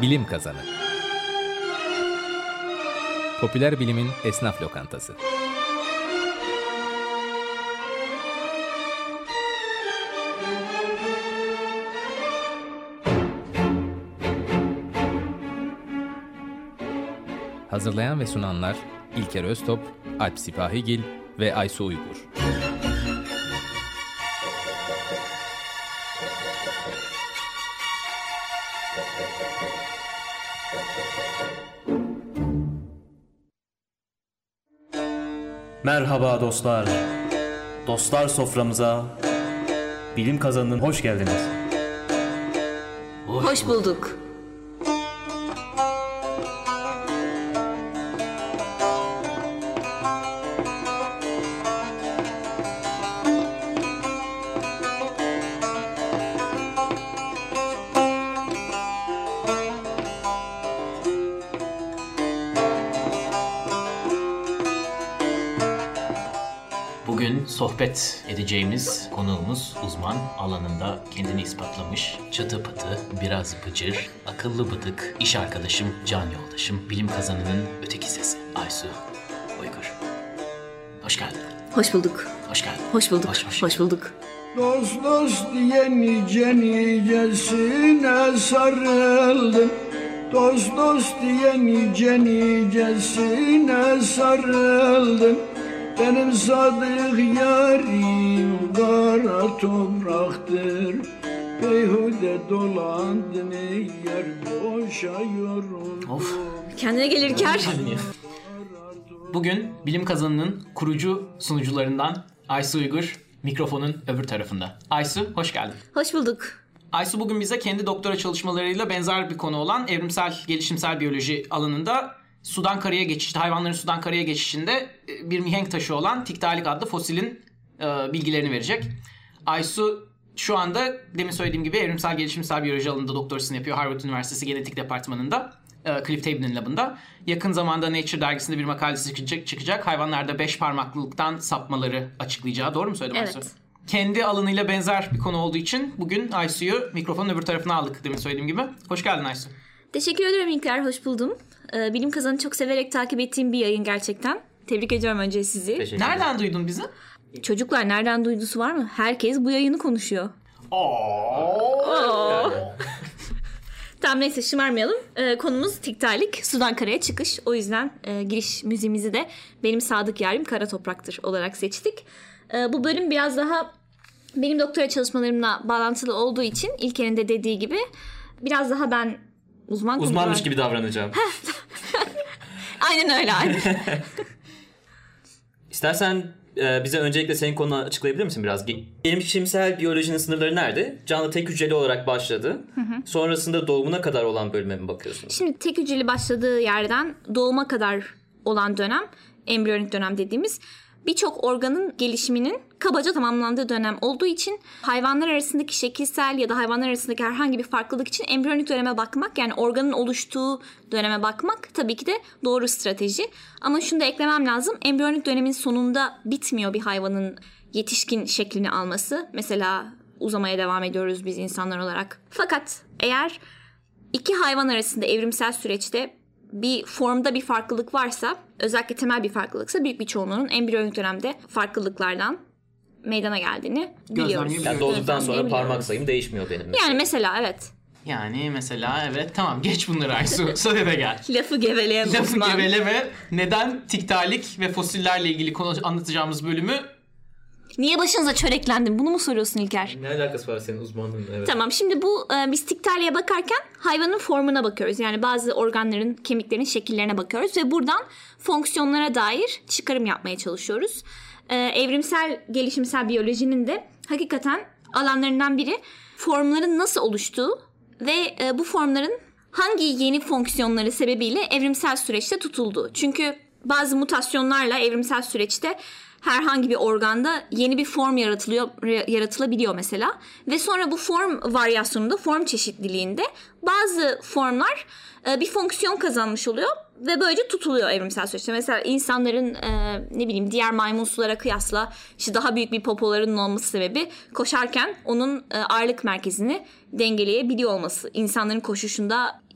Bilim Kazanı. Popüler bilimin esnaf lokantası. Hazırlayan ve sunanlar İlker Öztop, Alp Sipahigil ve Aysu Uygur. Merhaba dostlar. Dostlar soframıza, Bilim Kazanı'nın hoş geldiniz. Hoş bulduk. Bugün sohbet edeceğimiz konuğumuz uzman, alanında kendini ispatlamış, çıtı pıtı, biraz bıcır, akıllı bıdık, iş arkadaşım, can yoldaşım, Bilim Kazanı'nın öteki sesi Aysu Uygur. Hoş geldin. Hoş bulduk. Hoş geldin. Hoş bulduk. Hoş bulduk. Dost dost diye nice nicesine sarıldım. Dost dost diye nice nicesine sarıldım. Benim sadık yarim kara topraktır. Beyhude dolandım ey yer, boşa yoruldum. Of. Kendine gel İlker. Bugün Bilim Kazanı'nın kurucu sunucularından Aysu Uygur mikrofonun öbür tarafında. Aysu, hoş geldin. Hoş bulduk. Aysu bugün bize kendi doktora çalışmalarıyla benzer bir konu olan evrimsel, gelişimsel biyoloji alanında sudan karaya geçişte, hayvanların sudan karaya geçişinde bir mihenk taşı olan Tiktaalik adlı fosilin bilgilerini verecek. Aysu şu anda demin söylediğim gibi evrimsel, gelişimsel biyoloji alanında doktorasını yapıyor Harvard Üniversitesi Genetik Departmanı'nda, Cliff Tabin'in labında. Yakın zamanda Nature dergisinde bir makalesi çıkacak. Hayvanlarda 5 parmaklılıktan sapmaları açıklayacağı. Doğru mu söyledim Aysu? Evet. Kendi alanıyla benzer bir konu olduğu için bugün Aysu'yu mikrofonun öbür tarafına aldık demin söylediğim gibi. Hoş geldin Aysu. Teşekkür ederim İlker. Hoş buldum. Bilim Kazanı çok severek takip ettiğim bir yayın gerçekten. Tebrik ediyorum önce sizi. Nereden duydun bizi? Çocuklar nereden duydusu var mı? Herkes bu yayını konuşuyor. Tamam neyse şımarmayalım. Konumuz Tiktaalik, sudan karaya çıkış. O yüzden giriş müziğimizi de benim sadık yarim kara topraktır olarak seçtik. Bu bölüm biraz daha benim doktora çalışmalarımla bağlantılı olduğu için İlker'in de dediği gibi biraz daha ben uzmanmış gibi davranacağım. Aynen öyle. İstersen bize öncelikle senin konunu açıklayabilir misin biraz? Gelişimsel biyolojinin sınırları nerede? Canlı tek hücreli olarak başladı. Sonrasında doğumuna kadar olan bölüme mi bakıyorsunuz? Şimdi tek hücreli başladığı yerden doğuma kadar olan dönem, embriyonik dönem dediğimiz birçok organın gelişiminin kabaca tamamlandığı dönem olduğu için hayvanlar arasındaki şekilsel ya da hayvanlar arasındaki herhangi bir farklılık için embriyonik döneme bakmak, yani organın oluştuğu döneme bakmak tabii ki de doğru strateji. Ama şunu da eklemem lazım. Embriyonik dönemin sonunda bitmiyor bir hayvanın yetişkin şeklini alması. Mesela uzamaya devam ediyoruz biz insanlar olarak. Fakat eğer iki hayvan arasında evrimsel süreçte bir formda bir farklılık varsa, özellikle temel bir farklılıksa büyük bir çoğunluğunun embriyonik dönemde farklılıklardan meydana geldiğini biliyoruz. Yani doğduktan sonra parmak sayım değişmiyor benim mesela. Yani mesela evet. Yani mesela evet, tamam geç bunları Aysu. Sadede gel. Lafı geveleyen uzman. Lafı geveleme. Neden Tiktaalik ve fosillerle ilgili konu anlatacağımız bölümü... Niye başınıza çöreklendin? Bunu mu soruyorsun İlker? Ne alakası var senin uzmanlığınla? Evet. Tamam, şimdi bu biz Tiktaalik'e bakarken hayvanın formuna bakıyoruz. Yani bazı organların, kemiklerin şekillerine bakıyoruz ve buradan fonksiyonlara dair çıkarım yapmaya çalışıyoruz. Evrimsel, gelişimsel biyolojinin de hakikaten alanlarından biri formların nasıl oluştuğu ve bu formların hangi yeni fonksiyonları sebebiyle evrimsel süreçte tutulduğu. Çünkü bazı mutasyonlarla evrimsel süreçte herhangi bir organda yeni bir form yaratılabiliyor mesela. Ve sonra bu form varyasyonunda, form çeşitliliğinde bazı formlar bir fonksiyon kazanmış oluyor ve böylece tutuluyor evrimsel süreçte. Mesela insanların diğer maymunsulara kıyasla işte daha büyük bir popolarının olması sebebi koşarken onun ağırlık merkezini dengeleyebiliyor olması. İnsanların koşuşunda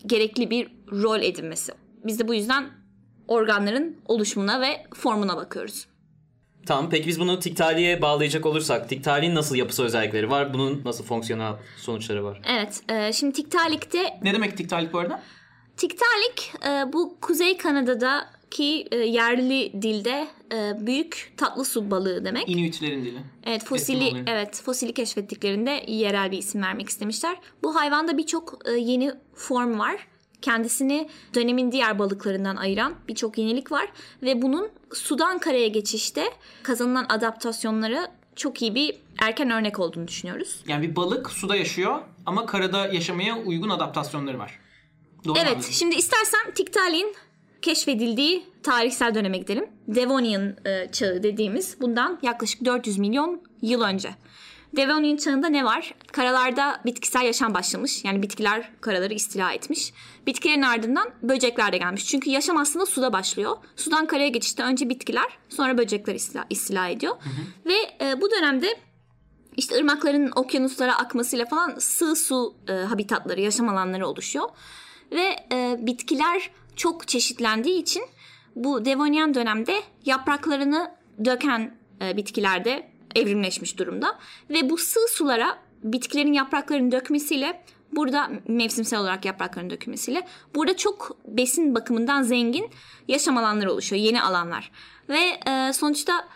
gerekli bir rol edinmesi. Biz de bu yüzden organların oluşumuna ve formuna bakıyoruz. Tamam, peki biz bunu Tiktali'ye bağlayacak olursak Tiktali'nin nasıl yapısal özellikleri var? Bunun nasıl fonksiyonel sonuçları var? Evet, şimdi Tiktalik'te... Ne demek tiktalik bu arada? Tiktalik bu Kuzey Kanada'daki yerli dilde büyük tatlı su balığı demek. İnuitlerin dili. Evet, Eskimoların. fosili keşfettiklerinde yerel bir isim vermek istemişler. Bu hayvanda birçok yeni form var. Kendisini dönemin diğer balıklarından ayıran birçok yenilik var ve bunun sudan karaya geçişte kazanılan adaptasyonlara çok iyi bir erken örnek olduğunu düşünüyoruz. Yani bir balık suda yaşıyor ama karada yaşamaya uygun adaptasyonları var. Doğru Evet, anladım. şimdi istersen Tiktalik'in keşfedildiği tarihsel döneme gidelim. Devonian çağı dediğimiz bundan yaklaşık 400 milyon yıl önce. Devonian çağında ne var? Karalarda bitkisel yaşam başlamış. Yani bitkiler karaları istila etmiş. Bitkilerin ardından böcekler de gelmiş. Çünkü yaşam aslında suda başlıyor. Sudan karaya geçişte önce bitkiler, sonra böcekler istila ediyor. Ve bu dönemde işte ırmakların okyanuslara akmasıyla falan sığ su habitatları, yaşam alanları oluşuyor. Ve bitkiler çok çeşitlendiği için bu Devonian dönemde yapraklarını döken bitkilerde evrimleşmiş durumda. Ve bu sığ sulara bitkilerin yapraklarını dökmesiyle, burada mevsimsel olarak yapraklarının dökülmesiyle burada çok besin bakımından zengin yaşam alanları oluşuyor. Yeni alanlar. Ve sonuçta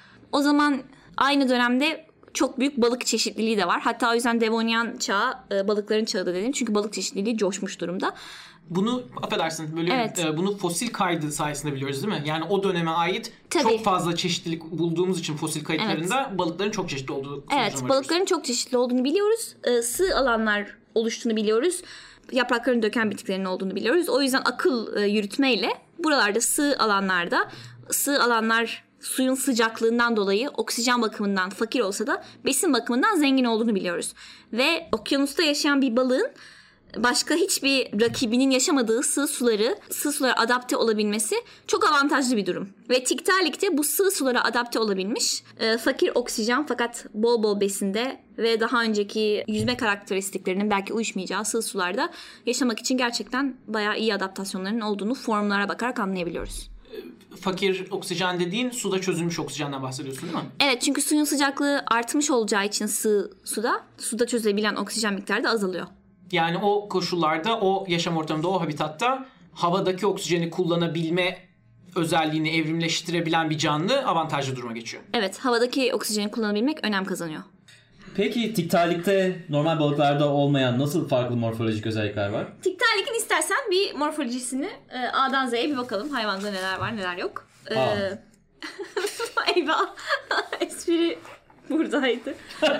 o zaman aynı dönemde çok büyük balık çeşitliliği de var. Hatta o yüzden Devonian çağı balıkların çağı da dedim. Çünkü balık çeşitliliği coşmuş durumda. Bunu affedersin böyle Evet. Bunu fosil kaydı sayesinde biliyoruz değil mi? Yani o döneme ait Tabii. çok fazla çeşitlilik bulduğumuz için fosil kayıtlarında balıkların çok çeşitli olduğu sonucuna Evet, varıyoruz. balıkların çok çeşitli olduğunu biliyoruz. Sığ alanlar oluştuğunu biliyoruz. Yapraklarını döken bitkilerin olduğunu biliyoruz. O yüzden akıl yürütmeyle buralarda sığ alanlar suyun sıcaklığından dolayı oksijen bakımından fakir olsa da besin bakımından zengin olduğunu biliyoruz. Ve okyanusta yaşayan bir balığın başka hiçbir rakibinin yaşamadığı sığ sulara adapte olabilmesi çok avantajlı bir durum. Ve Tiktalik'te bu sığ sulara adapte olabilmiş, fakir oksijen fakat bol bol besinde ve daha önceki yüzme karakteristiklerinin belki uyuşmayacağı sığ sularda yaşamak için gerçekten bayağı iyi adaptasyonların olduğunu formlara bakarak anlayabiliyoruz. Fakir oksijen dediğin suda çözülmüş oksijenden bahsediyorsun değil mi? Evet, çünkü suyun sıcaklığı artmış olacağı için suda çözülebilen oksijen miktarı da azalıyor. Yani o koşullarda, o yaşam ortamında, o habitatta havadaki oksijeni kullanabilme özelliğini evrimleştirebilen bir canlı avantajlı duruma geçiyor. Evet, havadaki oksijeni kullanabilmek önem kazanıyor. Peki Tiktalik'te normal balıklarda olmayan nasıl farklı morfolojik özellikler var? Tiktalik'in istersen bir morfolojisini A'dan Z'ye bir bakalım. Hayvanda neler var neler yok. Eyvah. Espri buradaydı.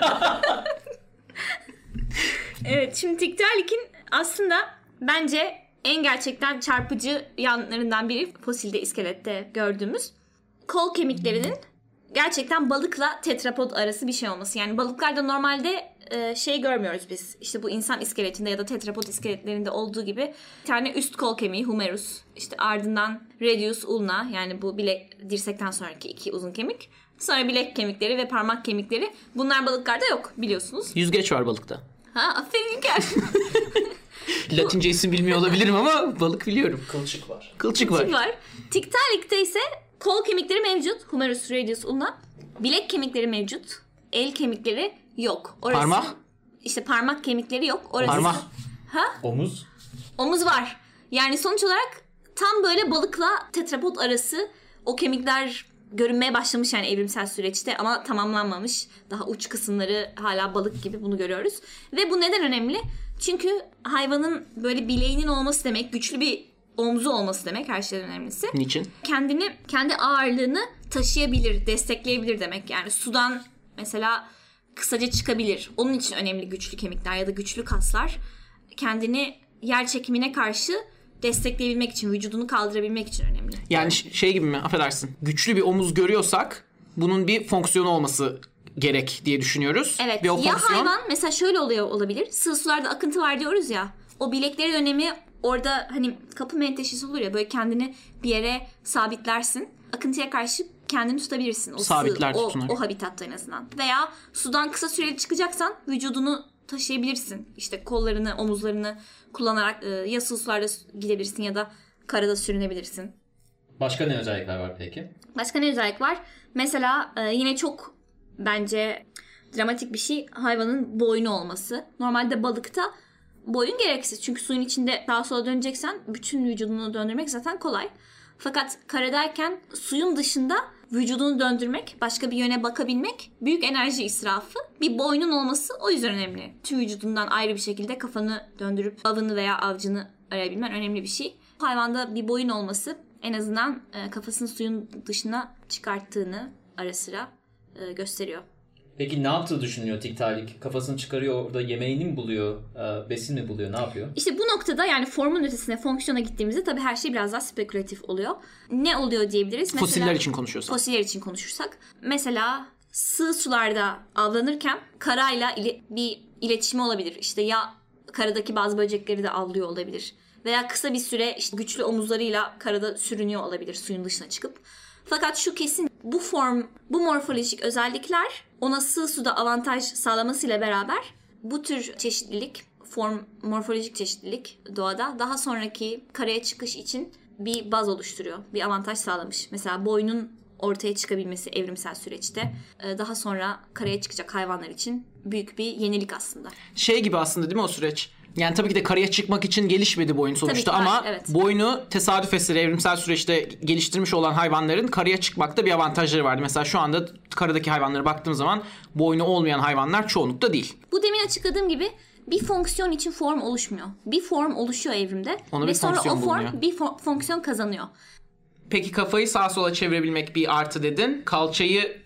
Evet, şimdi Tiktalik'in aslında bence en gerçekten çarpıcı yanlarından biri fosilde, iskelette gördüğümüz kol kemiklerinin gerçekten balıkla tetrapod arası bir şey olması. Yani balıklarda normalde görmüyoruz biz. İşte bu insan iskeletinde ya da tetrapod iskeletlerinde olduğu gibi bir tane üst kol kemiği humerus, işte ardından radius ulna, yani bu bilek, dirsekten sonraki iki uzun kemik. Sonra bilek kemikleri ve parmak kemikleri. Bunlar balıklarda yok biliyorsunuz. Yüzgeç var balıkta. Ha, aferin İlker. Latince isim bilmiyor olabilirim ama balık biliyorum. Kılçık var. Kılçık var. Tiktalik'te ise kol kemikleri mevcut. Humerus, radius, ulna. Bilek kemikleri mevcut. El kemikleri yok. Orası, Parmak? İşte parmak kemikleri yok. Orası, Parmak. Ha? Omuz. Omuz var. Yani sonuç olarak tam böyle balıkla tetrapod arası o kemikler görünmeye başlamış yani evrimsel süreçte ama tamamlanmamış. Daha uç kısımları hala balık gibi, bunu görüyoruz. Ve bu neden önemli? Çünkü hayvanın böyle bileğinin olması demek, güçlü bir omzu olması demek, her şeyden önemlisi. Niçin? Kendi ağırlığını taşıyabilir, destekleyebilir demek. Yani sudan mesela kısaca çıkabilir. Onun için önemli güçlü kemikler ya da güçlü kaslar. Kendini yer çekimine karşı destekleyebilmek için, vücudunu kaldırabilmek için önemli. Yani şey gibi mi? Affedersin. Güçlü bir omuz görüyorsak bunun bir fonksiyonu olması gerek diye düşünüyoruz. Evet. Ve o Ya fonksiyon... hayvan mesela şöyle olabilir. Sığ sularda akıntı var diyoruz ya. O bilekleri dönemi orada hani kapı menteşesi olur ya, böyle kendini bir yere sabitlersin. Akıntıya karşı kendini tutabilirsin. O Sabitler tutunur. O habitatta en azından. Veya sudan kısa süreli çıkacaksan vücudunu taşıyabilirsin. İşte kollarını, omuzlarını kullanarak ya sularda gidebilirsin ya da karada sürünebilirsin. Başka ne özellikler var peki? Başka ne özellik var? Mesela yine çok bence dramatik bir şey hayvanın boynu olması. Normalde balıkta boyun gereksiz. Çünkü suyun içinde sağa sola döneceksen bütün vücudunu döndürmek zaten kolay. Fakat karadayken suyun dışında vücudunu döndürmek, başka bir yöne bakabilmek büyük enerji israfı. Bir boynun olması o yüzden önemli. Tüm vücudundan ayrı bir şekilde kafanı döndürüp avını veya avcını arayabilmen önemli bir şey. Hayvanda bir boyun olması en azından kafasını suyun dışına çıkarttığını ara sıra gösteriyor. Peki ne yaptığı düşünüyor Tiktaalik? Kafasını çıkarıyor, orada yemeğini mi buluyor, besin mi buluyor, ne yapıyor? İşte bu noktada yani formun ötesine fonksiyona gittiğimizde tabii her şey biraz daha spekülatif oluyor. Ne oluyor diyebiliriz? Mesela, fosiller için konuşuyorsak. Fosiller için konuşursak. Mesela sığ sularda avlanırken karayla bir iletişimi olabilir. İşte ya karadaki bazı böcekleri de avlıyor olabilir. Veya kısa bir süre işte güçlü omuzlarıyla karada sürünüyor olabilir suyun dışına çıkıp. Fakat şu kesin, bu morfolojik özellikler ona sığ suda avantaj sağlamasıyla beraber bu tür çeşitlilik, morfolojik çeşitlilik doğada daha sonraki karaya çıkış için bir baz oluşturuyor. Bir avantaj sağlamış. Mesela boynun ortaya çıkabilmesi evrimsel süreçte daha sonra karaya çıkacak hayvanlar için büyük bir yenilik aslında. Şey gibi aslında değil mi o süreç? Yani tabii ki de karaya çıkmak için gelişmedi boyun sonuçta ama evet. Boynu tesadüf eseri evrimsel süreçte geliştirmiş olan hayvanların karaya çıkmakta bir avantajları vardı. Mesela şu anda karadaki hayvanlara baktığım zaman boynu olmayan hayvanlar çoğunlukta değil. Bu demin açıkladığım gibi bir fonksiyon için form oluşmuyor. Bir form oluşuyor evrimde ve sonra o form bir fonksiyon kazanıyor. Peki kafayı sağa sola çevirebilmek bir artı dedin. Kalçayı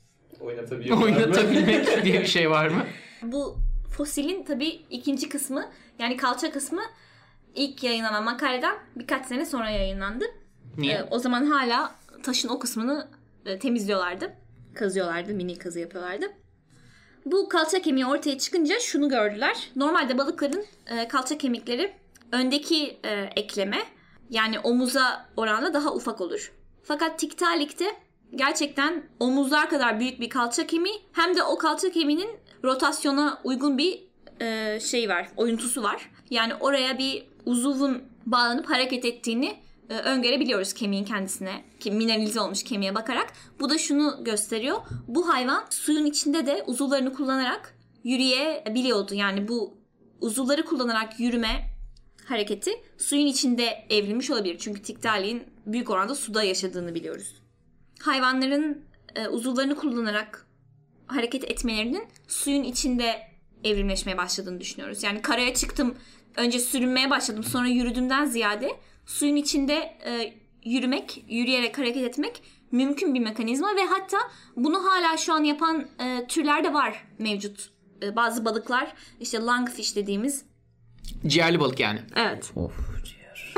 oynatabilmek diye bir şey var mı? Bu fosilin tabii ikinci kısmı, yani kalça kısmı ilk yayınlanan makaleden birkaç sene sonra yayınlandı. Niye? O zaman hala taşın o kısmını temizliyorlardı. Kazıyorlardı, mini kazı yapıyorlardı. Bu kalça kemiği ortaya çıkınca şunu gördüler. Normalde balıkların kalça kemikleri öndeki ekleme, yani omuza oranla daha ufak olur. Fakat Tiktaalik'te gerçekten omuzlar kadar büyük bir kalça kemiği, hem de o kalça kemiğinin rotasyona uygun bir şey var, oyuntusu var. Yani oraya bir uzuvun bağlanıp hareket ettiğini öngörebiliyoruz kemiğin kendisine, mineralize olmuş kemiğe bakarak. Bu da şunu gösteriyor. Bu hayvan suyun içinde de uzuvlarını kullanarak yürüyebiliyordu. Yani bu uzuvları kullanarak yürüme hareketi suyun içinde evrilmiş olabilir. Çünkü Tiktaalik'in büyük oranda suda yaşadığını biliyoruz. Hayvanların uzuvlarını kullanarak hareket etmelerinin suyun içinde evrimleşmeye başladığını düşünüyoruz. Yani karaya çıktım, önce sürünmeye başladım, sonra yürüdüğümden ziyade suyun içinde yürüyerek hareket etmek mümkün bir mekanizma ve hatta bunu hala şu an yapan türler de var mevcut. Bazı balıklar, işte lungfish dediğimiz. Ciğerli balık yani. Evet. Of, ciğer.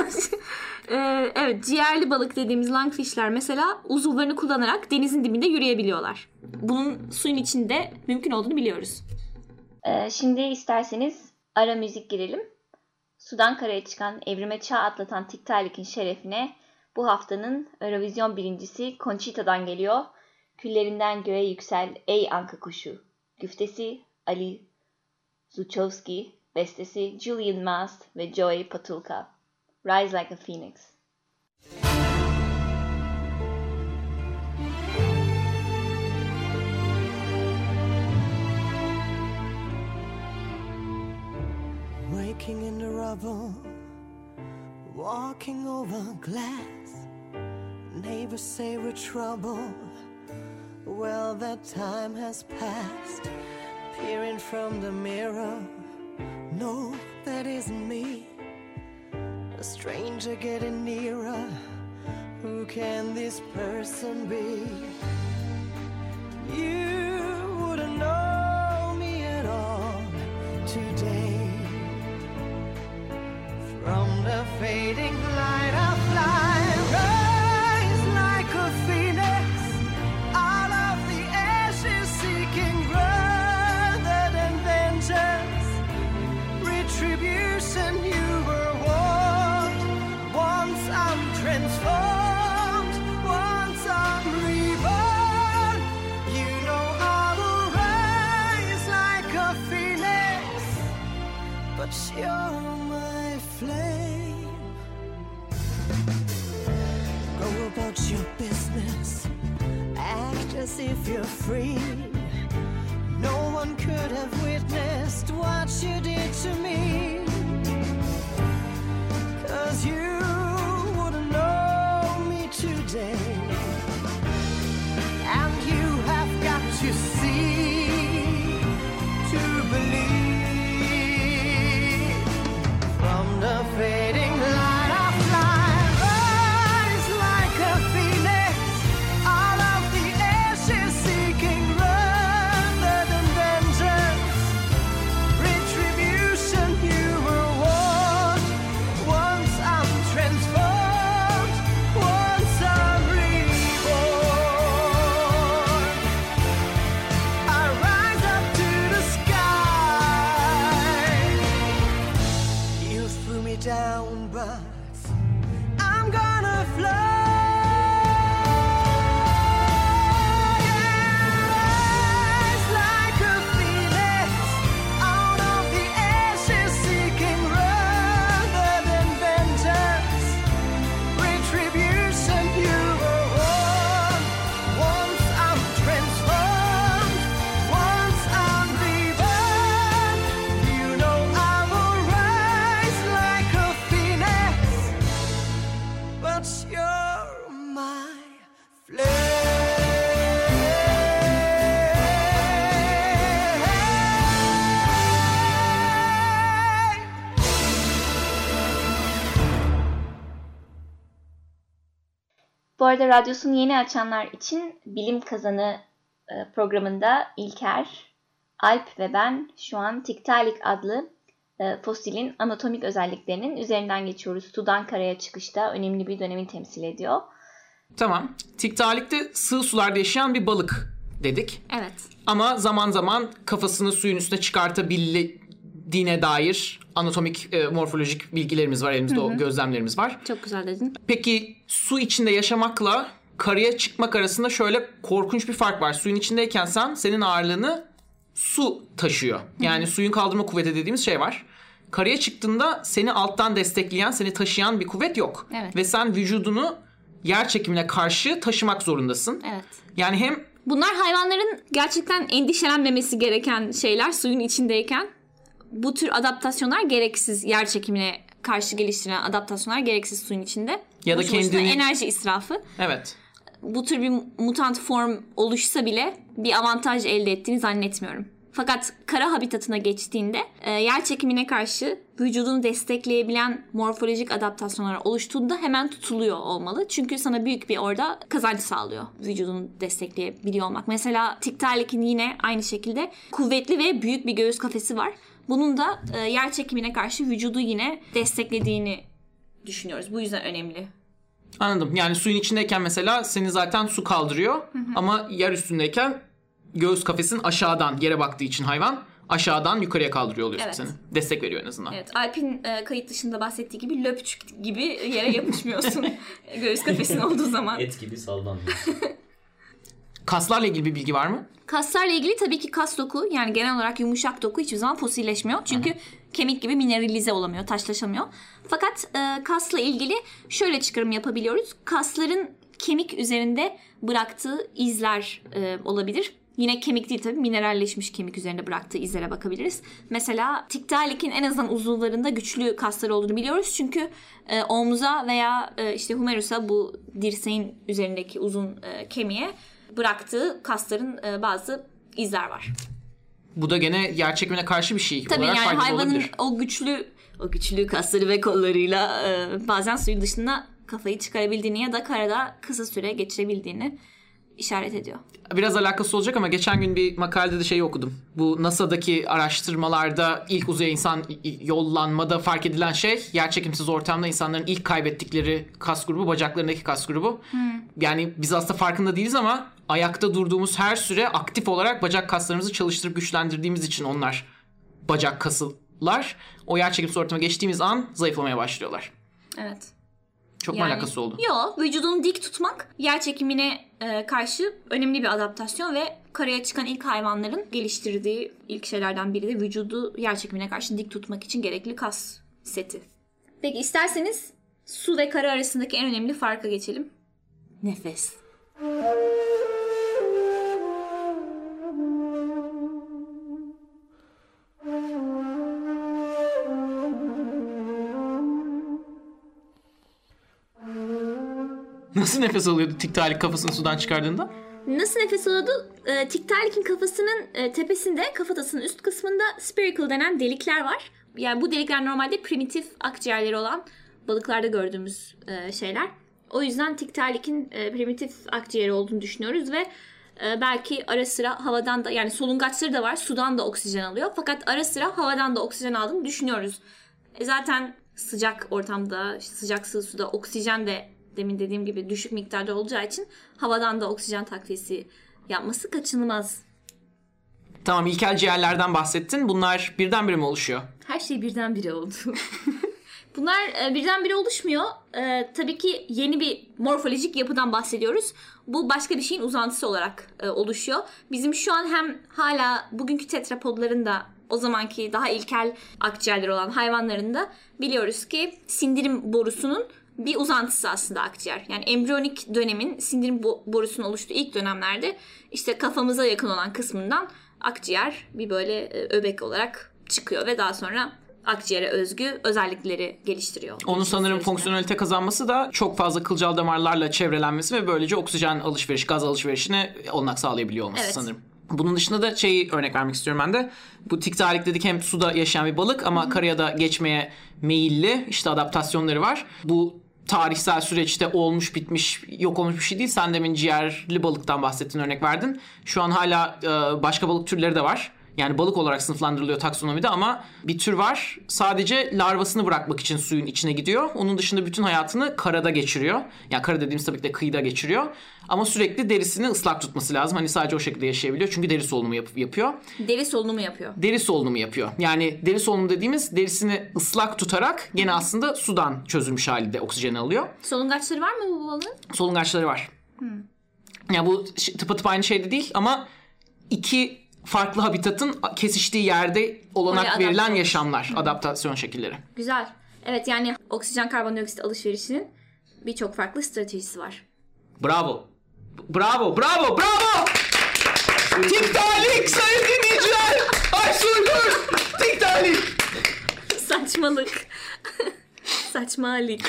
Evet, ciğerli balık dediğimiz lungfishler mesela uzuvlarını kullanarak denizin dibinde yürüyebiliyorlar. Bunun suyun içinde mümkün olduğunu biliyoruz. Şimdi isterseniz ara müzik girelim. Sudan karaya çıkan, evrime çağ atlatan Tiktaalik'in şerefine bu haftanın Eurovision birincisi Conchita'dan geliyor. Küllerinden göğe yüksel ey anka kuşu. Güftesi Ali Zuchowski, bestesi Julian Mast ve Joey Patulka. Rise like a phoenix. Waking in the rubble, walking over glass. Neighbors say we're trouble. Well, that time has passed. Peering from the mirror, no, that isn't me. A stranger getting nearer. Who can this person be? You wouldn't know me at all today. From the fading light I fly, rise like a phoenix, out of the ashes seeking rather than vengeance, retribution. You were warned, once I'm transformed, once I'm reborn. You know I will rise like a phoenix. but you're my flame. Go about your business, act as if you're free. No one could have witnessed what you did to me, 'cause you wouldn't know me today. And you have got to see to believe. From the fading light of light, rise like a phoenix out of the ashes, seeking rather than vengeance. Retribution you will want. Once I'm transformed, once I'm reborn, I rise up to the sky. You threw me down, but I'm gonna fly. Rise like a phoenix out of the ashes, seeking rather than vengeance. Retribution you will want. Once I'm transformed, once I'm reborn, you know I will rise like a phoenix, but you're my flame. Bu arada radyosunu yeni açanlar için Bilim Kazanı programında İlker, Alp ve ben şu an Tiktaalik adlı fosilin anatomik özelliklerinin üzerinden geçiyoruz. Sudan karaya çıkışta önemli bir dönemi temsil ediyor. Tamam. Tiktaalik'te sığ sularda yaşayan bir balık dedik. Evet. Ama zaman zaman kafasını suyun üstüne çıkartabildiğine dair anatomik, morfolojik bilgilerimiz var. Elimizde o gözlemlerimiz var. Çok güzel dedin. Peki su içinde yaşamakla karaya çıkmak arasında şöyle korkunç bir fark var. Suyun içindeyken senin ağırlığını su taşıyor. Yani suyun kaldırma kuvveti dediğimiz şey var. Karaya çıktığında seni alttan destekleyen, seni taşıyan bir kuvvet yok. Evet. Ve sen vücudunu yer çekimine karşı taşımak zorundasın. Evet. Yani hem Bunlar hayvanların gerçekten endişelenmemesi gereken şeyler suyun içindeyken. Bu tür adaptasyonlar gereksiz, yer çekimine karşı geliştirilen adaptasyonlar gereksiz suyun içinde. Ya da Boşu boşuna kendini- enerji israfı. evet. Bu tür bir mutant form oluşsa bile bir avantaj elde ettiğini zannetmiyorum. Fakat kara habitatına geçtiğinde yer çekimine karşı vücudunu destekleyebilen morfolojik adaptasyonlar oluştuğunda hemen tutuluyor olmalı. Çünkü sana büyük bir orada kazanç sağlıyor vücudunu destekleyebiliyor olmak. Mesela Tiktaalik'in yine aynı şekilde kuvvetli ve büyük bir göğüs kafesi var. Bunun da yer çekimine karşı vücudu yine desteklediğini düşünüyoruz. Bu yüzden önemli. Anladım. Yani suyun içindeyken mesela seni zaten su kaldırıyor. Ama yer üstündeyken göğüs kafesin aşağıdan, yere baktığı için hayvan aşağıdan yukarıya kaldırıyor oluyorsun Evet. seni. Destek veriyor en azından. Evet, Alp'in kayıt dışında bahsettiği gibi löpçük gibi yere yapışmıyorsun göğüs kafesin olduğu zaman. Et gibi sallanmıyor. Kaslarla ilgili bir bilgi var mı? Kaslarla ilgili tabii ki kas doku, yani genel olarak yumuşak doku hiçbir zaman fosilleşmiyor. Çünkü kemik gibi mineralize olamıyor, taşlaşamıyor. Fakat kasla ilgili şöyle çıkarım yapabiliyoruz. Kasların kemik üzerinde bıraktığı izler olabilir. Yine kemik değil tabii, mineralleşmiş kemik üzerinde bıraktığı izlere bakabiliriz. Mesela Tiktaalik'in en azından uzuvlarında güçlü kaslar olduğunu biliyoruz. Çünkü omuza veya işte humerus'a, bu dirseğin üzerindeki uzun kemiğe bıraktığı kasların bazı izler var. Bu da gene yer çekimine karşı bir şey Tabii olarak yani faydalı hayvanın olabilir. o güçlü kasları ve kollarıyla bazen suyun dışına kafayı çıkarabildiğini ya da karada kısa süre geçirebildiğini işaret ediyor. Biraz alakası olacak ama geçen gün bir makalede de şeyi okudum. Bu NASA'daki araştırmalarda ilk uzaya insan yollanmada fark edilen şey, yerçekimsiz ortamda insanların ilk kaybettikleri kas grubu bacaklarındaki kas grubu. Yani biz aslında farkında değiliz ama ayakta durduğumuz her süre aktif olarak bacak kaslarımızı çalıştırıp güçlendirdiğimiz için onlar bacak kasılar. O yerçekimsiz ortama geçtiğimiz an zayıflamaya başlıyorlar. Evet. Çok mu alakası oldu? Yok, vücudunu dik tutmak yer çekimine karşı önemli bir adaptasyon ve karaya çıkan ilk hayvanların geliştirdiği ilk şeylerden biri de vücudu yer çekimine karşı dik tutmak için gerekli kas seti. Peki isterseniz su ve kara arasındaki en önemli farka geçelim. Nefes. Nasıl nefes alıyordu Tiktaalik kafasını sudan çıkardığında? Nasıl nefes alıyordu? Tiktaalik'in kafasının tepesinde, kafatasının üst kısmında spiracle denen delikler var. Yani bu delikler normalde primitif akciğerleri olan balıklarda gördüğümüz şeyler. O yüzden Tiktaalik'in primitif akciğeri olduğunu düşünüyoruz ve belki ara sıra havadan da, yani solungaçları da var, sudan da oksijen alıyor. Fakat ara sıra havadan da oksijen aldığını düşünüyoruz. Zaten sıcak ortamda, işte sıcak sığ suda oksijen de demin dediğim gibi düşük miktarda olacağı için havadan da oksijen takviyesi yapması kaçınılmaz. Tamam, ilkel ciğerlerden bahsettin. Bunlar birdenbire mi oluşuyor? Her şey birdenbire oldu. Bunlar birdenbire oluşmuyor. Tabii ki yeni bir morfolojik yapıdan bahsediyoruz. Bu başka bir şeyin uzantısı olarak oluşuyor. Bizim şu an hem hala bugünkü tetrapodların da o zamanki daha ilkel akciğerleri olan hayvanların da biliyoruz ki sindirim borusunun bir uzantısı aslında akciğer. Yani embriyonik dönemin sindirim borusunun oluştuğu ilk dönemlerde işte kafamıza yakın olan kısmından akciğer bir böyle öbek olarak çıkıyor ve daha sonra akciğere özgü özellikleri geliştiriyor. Onun sanırım fonksiyonelite kazanması da çok fazla kılcal damarlarla çevrelenmesi ve böylece oksijen alışveriş, gaz alışverişine olanak sağlayabiliyor olması sanırım. Bunun dışında da örnek vermek istiyorum ben de. Bu Tiktaalik dedik, hem suda yaşayan bir balık ama karaya da geçmeye meyilli, işte adaptasyonları var. Bu tarihsel süreçte olmuş bitmiş, yok olmuş bir şey değil. Sen demin ciğerli balıktan bahsettin, örnek verdin. Şu an hala başka balık türleri de var. Yani balık olarak sınıflandırılıyor taksonomide ama bir tür var. Sadece larvasını bırakmak için suyun içine gidiyor. Onun dışında bütün hayatını karada geçiriyor. Yani kara dediğimiz tabii ki de kıyıda geçiriyor. Ama sürekli derisini ıslak tutması lazım. Hani sadece o şekilde yaşayabiliyor. Çünkü deri solunumu yapıyor. Deri solunumu yapıyor. Deri solunumu yapıyor. Yani deri solunumu dediğimiz derisini ıslak tutarak gene aslında sudan çözülmüş halde oksijeni alıyor. Solungaçları var mı bu balığın? Solungaçları var. Yani bu tıpatıp aynı şey de değil ama iki farklı habitatın kesiştiği yerde olanak verilen yaşamlar, adaptasyon şekilleri. Güzel. Evet, yani oksijen karbondioksit alışverişinin birçok farklı stratejisi var. Bravo. Bravo, bravo, bravo! Tiktaalik sayın dinleyiciler! Aysu Uygur! Tiktaalik! Saçmalık. Saçmalık.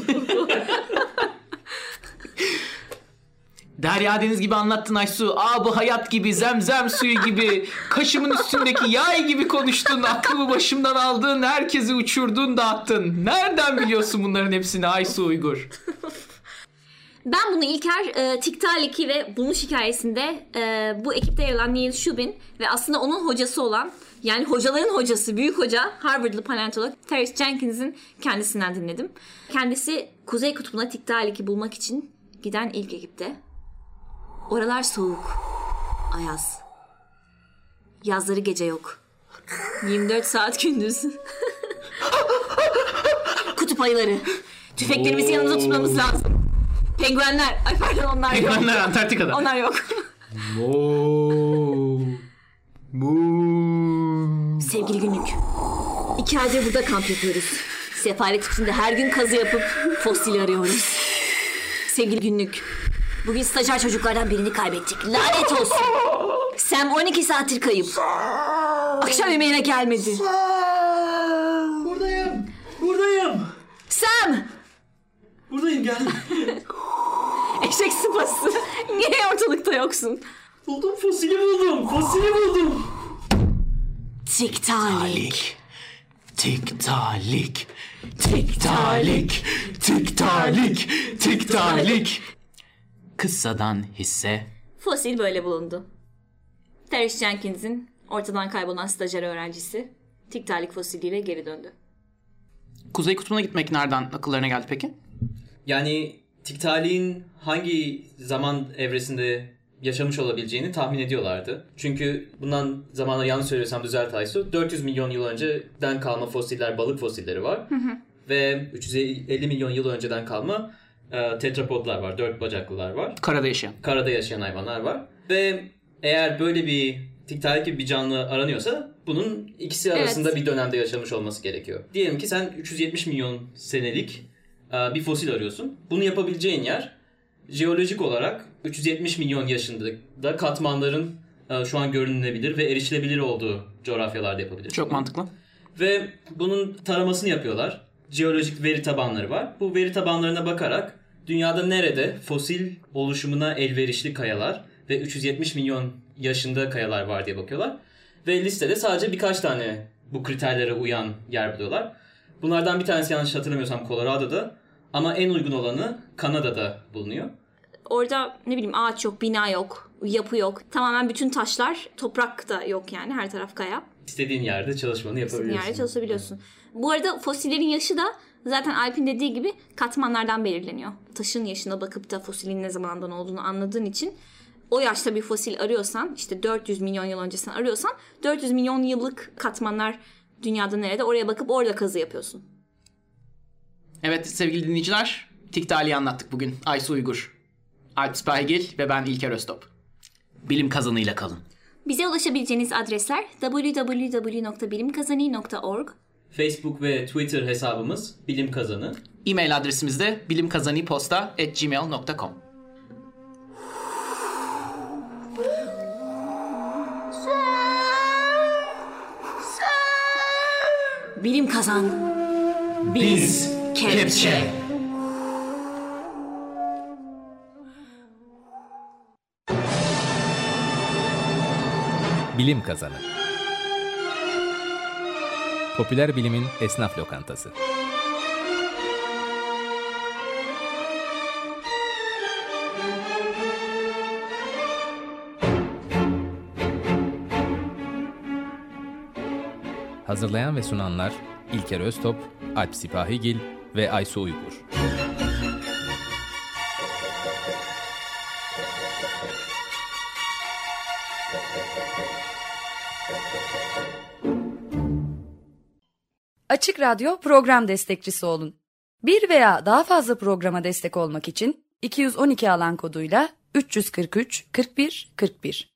Derya Deniz gibi anlattın Aysu. Bu hayat gibi, zemzem suyu gibi, kaşımın üstündeki yay gibi konuştun. Aklımı başımdan aldın, herkesi uçurdun, dağıttın. Nereden biliyorsun bunların hepsini Aysu Uygur? Ben bunu İlker Tiktaalik'i ve buluş hikayesinde bu ekipte yer alan Neil Shubin ve aslında onun hocası olan, yani hocaların hocası, büyük hoca Harvard'lı paleontolog Terence Jenkins'in kendisinden dinledim. Kendisi Kuzey Kutbu'na Tiktaalik'i bulmak için giden ilk ekipte. Oralar soğuk, ayaz. Yazları gece yok. 24 saat gündüz. Kutup ayıları. Tüfeklerimizi yanımıza tutmamız lazım. Penguenler. Ay pardon, onlar yok. Penguenler Antarktika'da. Onlar yok. Sevgili günlük. 2 aydır burada kamp yapıyoruz. Sefalet içinde her gün kazı yapıp fosili arıyoruz. Sevgili günlük. Bugün stajyer çocuklardan birini kaybettik. Lanet olsun. Sam 12 saattir kayıp. Akşam yemeğine gelmedi. Buradayım. Sam! Buradayım, geldim. Eşek sıpası. Niye ortalıkta yoksun? Fosili buldum. Tiktaalik. Tiktaalik. Tiktaalik. Tiktaalik. Tiktaalik. Kıssadan hisse. Fosil böyle bulundu. Terence Jenkins'in ortadan kaybolan stajyer öğrencisi Tiktaalik fosiliyle geri döndü. Kuzey Kutbu'na gitmek nereden akıllarına geldi peki? Yani Tiktaalik'in hangi zaman evresinde yaşamış olabileceğini tahmin ediyorlardı. Çünkü bundan zamana yanlış söylüyorsam düzelt Aysu. 400 milyon yıl önceden kalma fosiller, balık fosilleri var. Ve 350 milyon yıl önceden kalma tetrapodlar var, 4 bacaklılar var. Karada yaşayan hayvanlar var. Ve eğer böyle bir tiktaalik gibi bir canlı aranıyorsa bunun ikisi arasında bir dönemde yaşamış olması gerekiyor. Diyelim ki sen 370 milyon senelik bir fosil arıyorsun. Bunu yapabileceğin yer jeolojik olarak 370 milyon yaşında katmanların şu an görünülebilir ve erişilebilir olduğu coğrafyalarda yapabilir. Çok mantıklı. Ve bunun taramasını yapıyorlar. Jeolojik veri tabanları var. Bu veri tabanlarına bakarak dünyada nerede fosil oluşumuna elverişli kayalar ve 370 milyon yaşında kayalar var diye bakıyorlar. Ve listede sadece birkaç tane bu kriterlere uyan yer buluyorlar. Bunlardan bir tanesi yanlış hatırlamıyorsam Colorado'da ama en uygun olanı Kanada'da bulunuyor. Orada ne bileyim ağaç yok, bina yok, yapı yok. Tamamen bütün taşlar, toprak da yok yani, her taraf kaya. İstediğin yerde çalışmanı yapabiliyorsun. İstediğin yerde çalışabiliyorsun. Bu arada fosillerin yaşı da zaten Alp'in dediği gibi katmanlardan belirleniyor. Taşın yaşına bakıp da fosilin ne zamandan olduğunu anladığın için o yaşta bir fosil arıyorsan, işte 400 milyon yıl öncesinden arıyorsan 400 milyon yıllık katmanlar dünyada nerede, oraya bakıp orada kazı yapıyorsun. Evet sevgili dinleyiciler, Tiktaali'yi anlattık bugün. Aysu Uygur, Alp Sipahigil ve ben İlker Öztop. Bilim kazanıyla kalın. Bize ulaşabileceğiniz adresler www.bilimkazani.org, Facebook ve Twitter hesabımız Bilim Kazanı. E-mail adresimiz de bilimkazaniposta@gmail.com. Bilim Kazan. Biz Kepçe. Bilim Kazanı. Popüler bilimin esnaf lokantası. Hazırlayan ve sunanlar İlker Öztop, Alp Sipahigil ve Aysu Uygur. Açık Radyo program destekçisi olun. Bir veya daha fazla programa destek olmak için 212 alan koduyla 343 41 41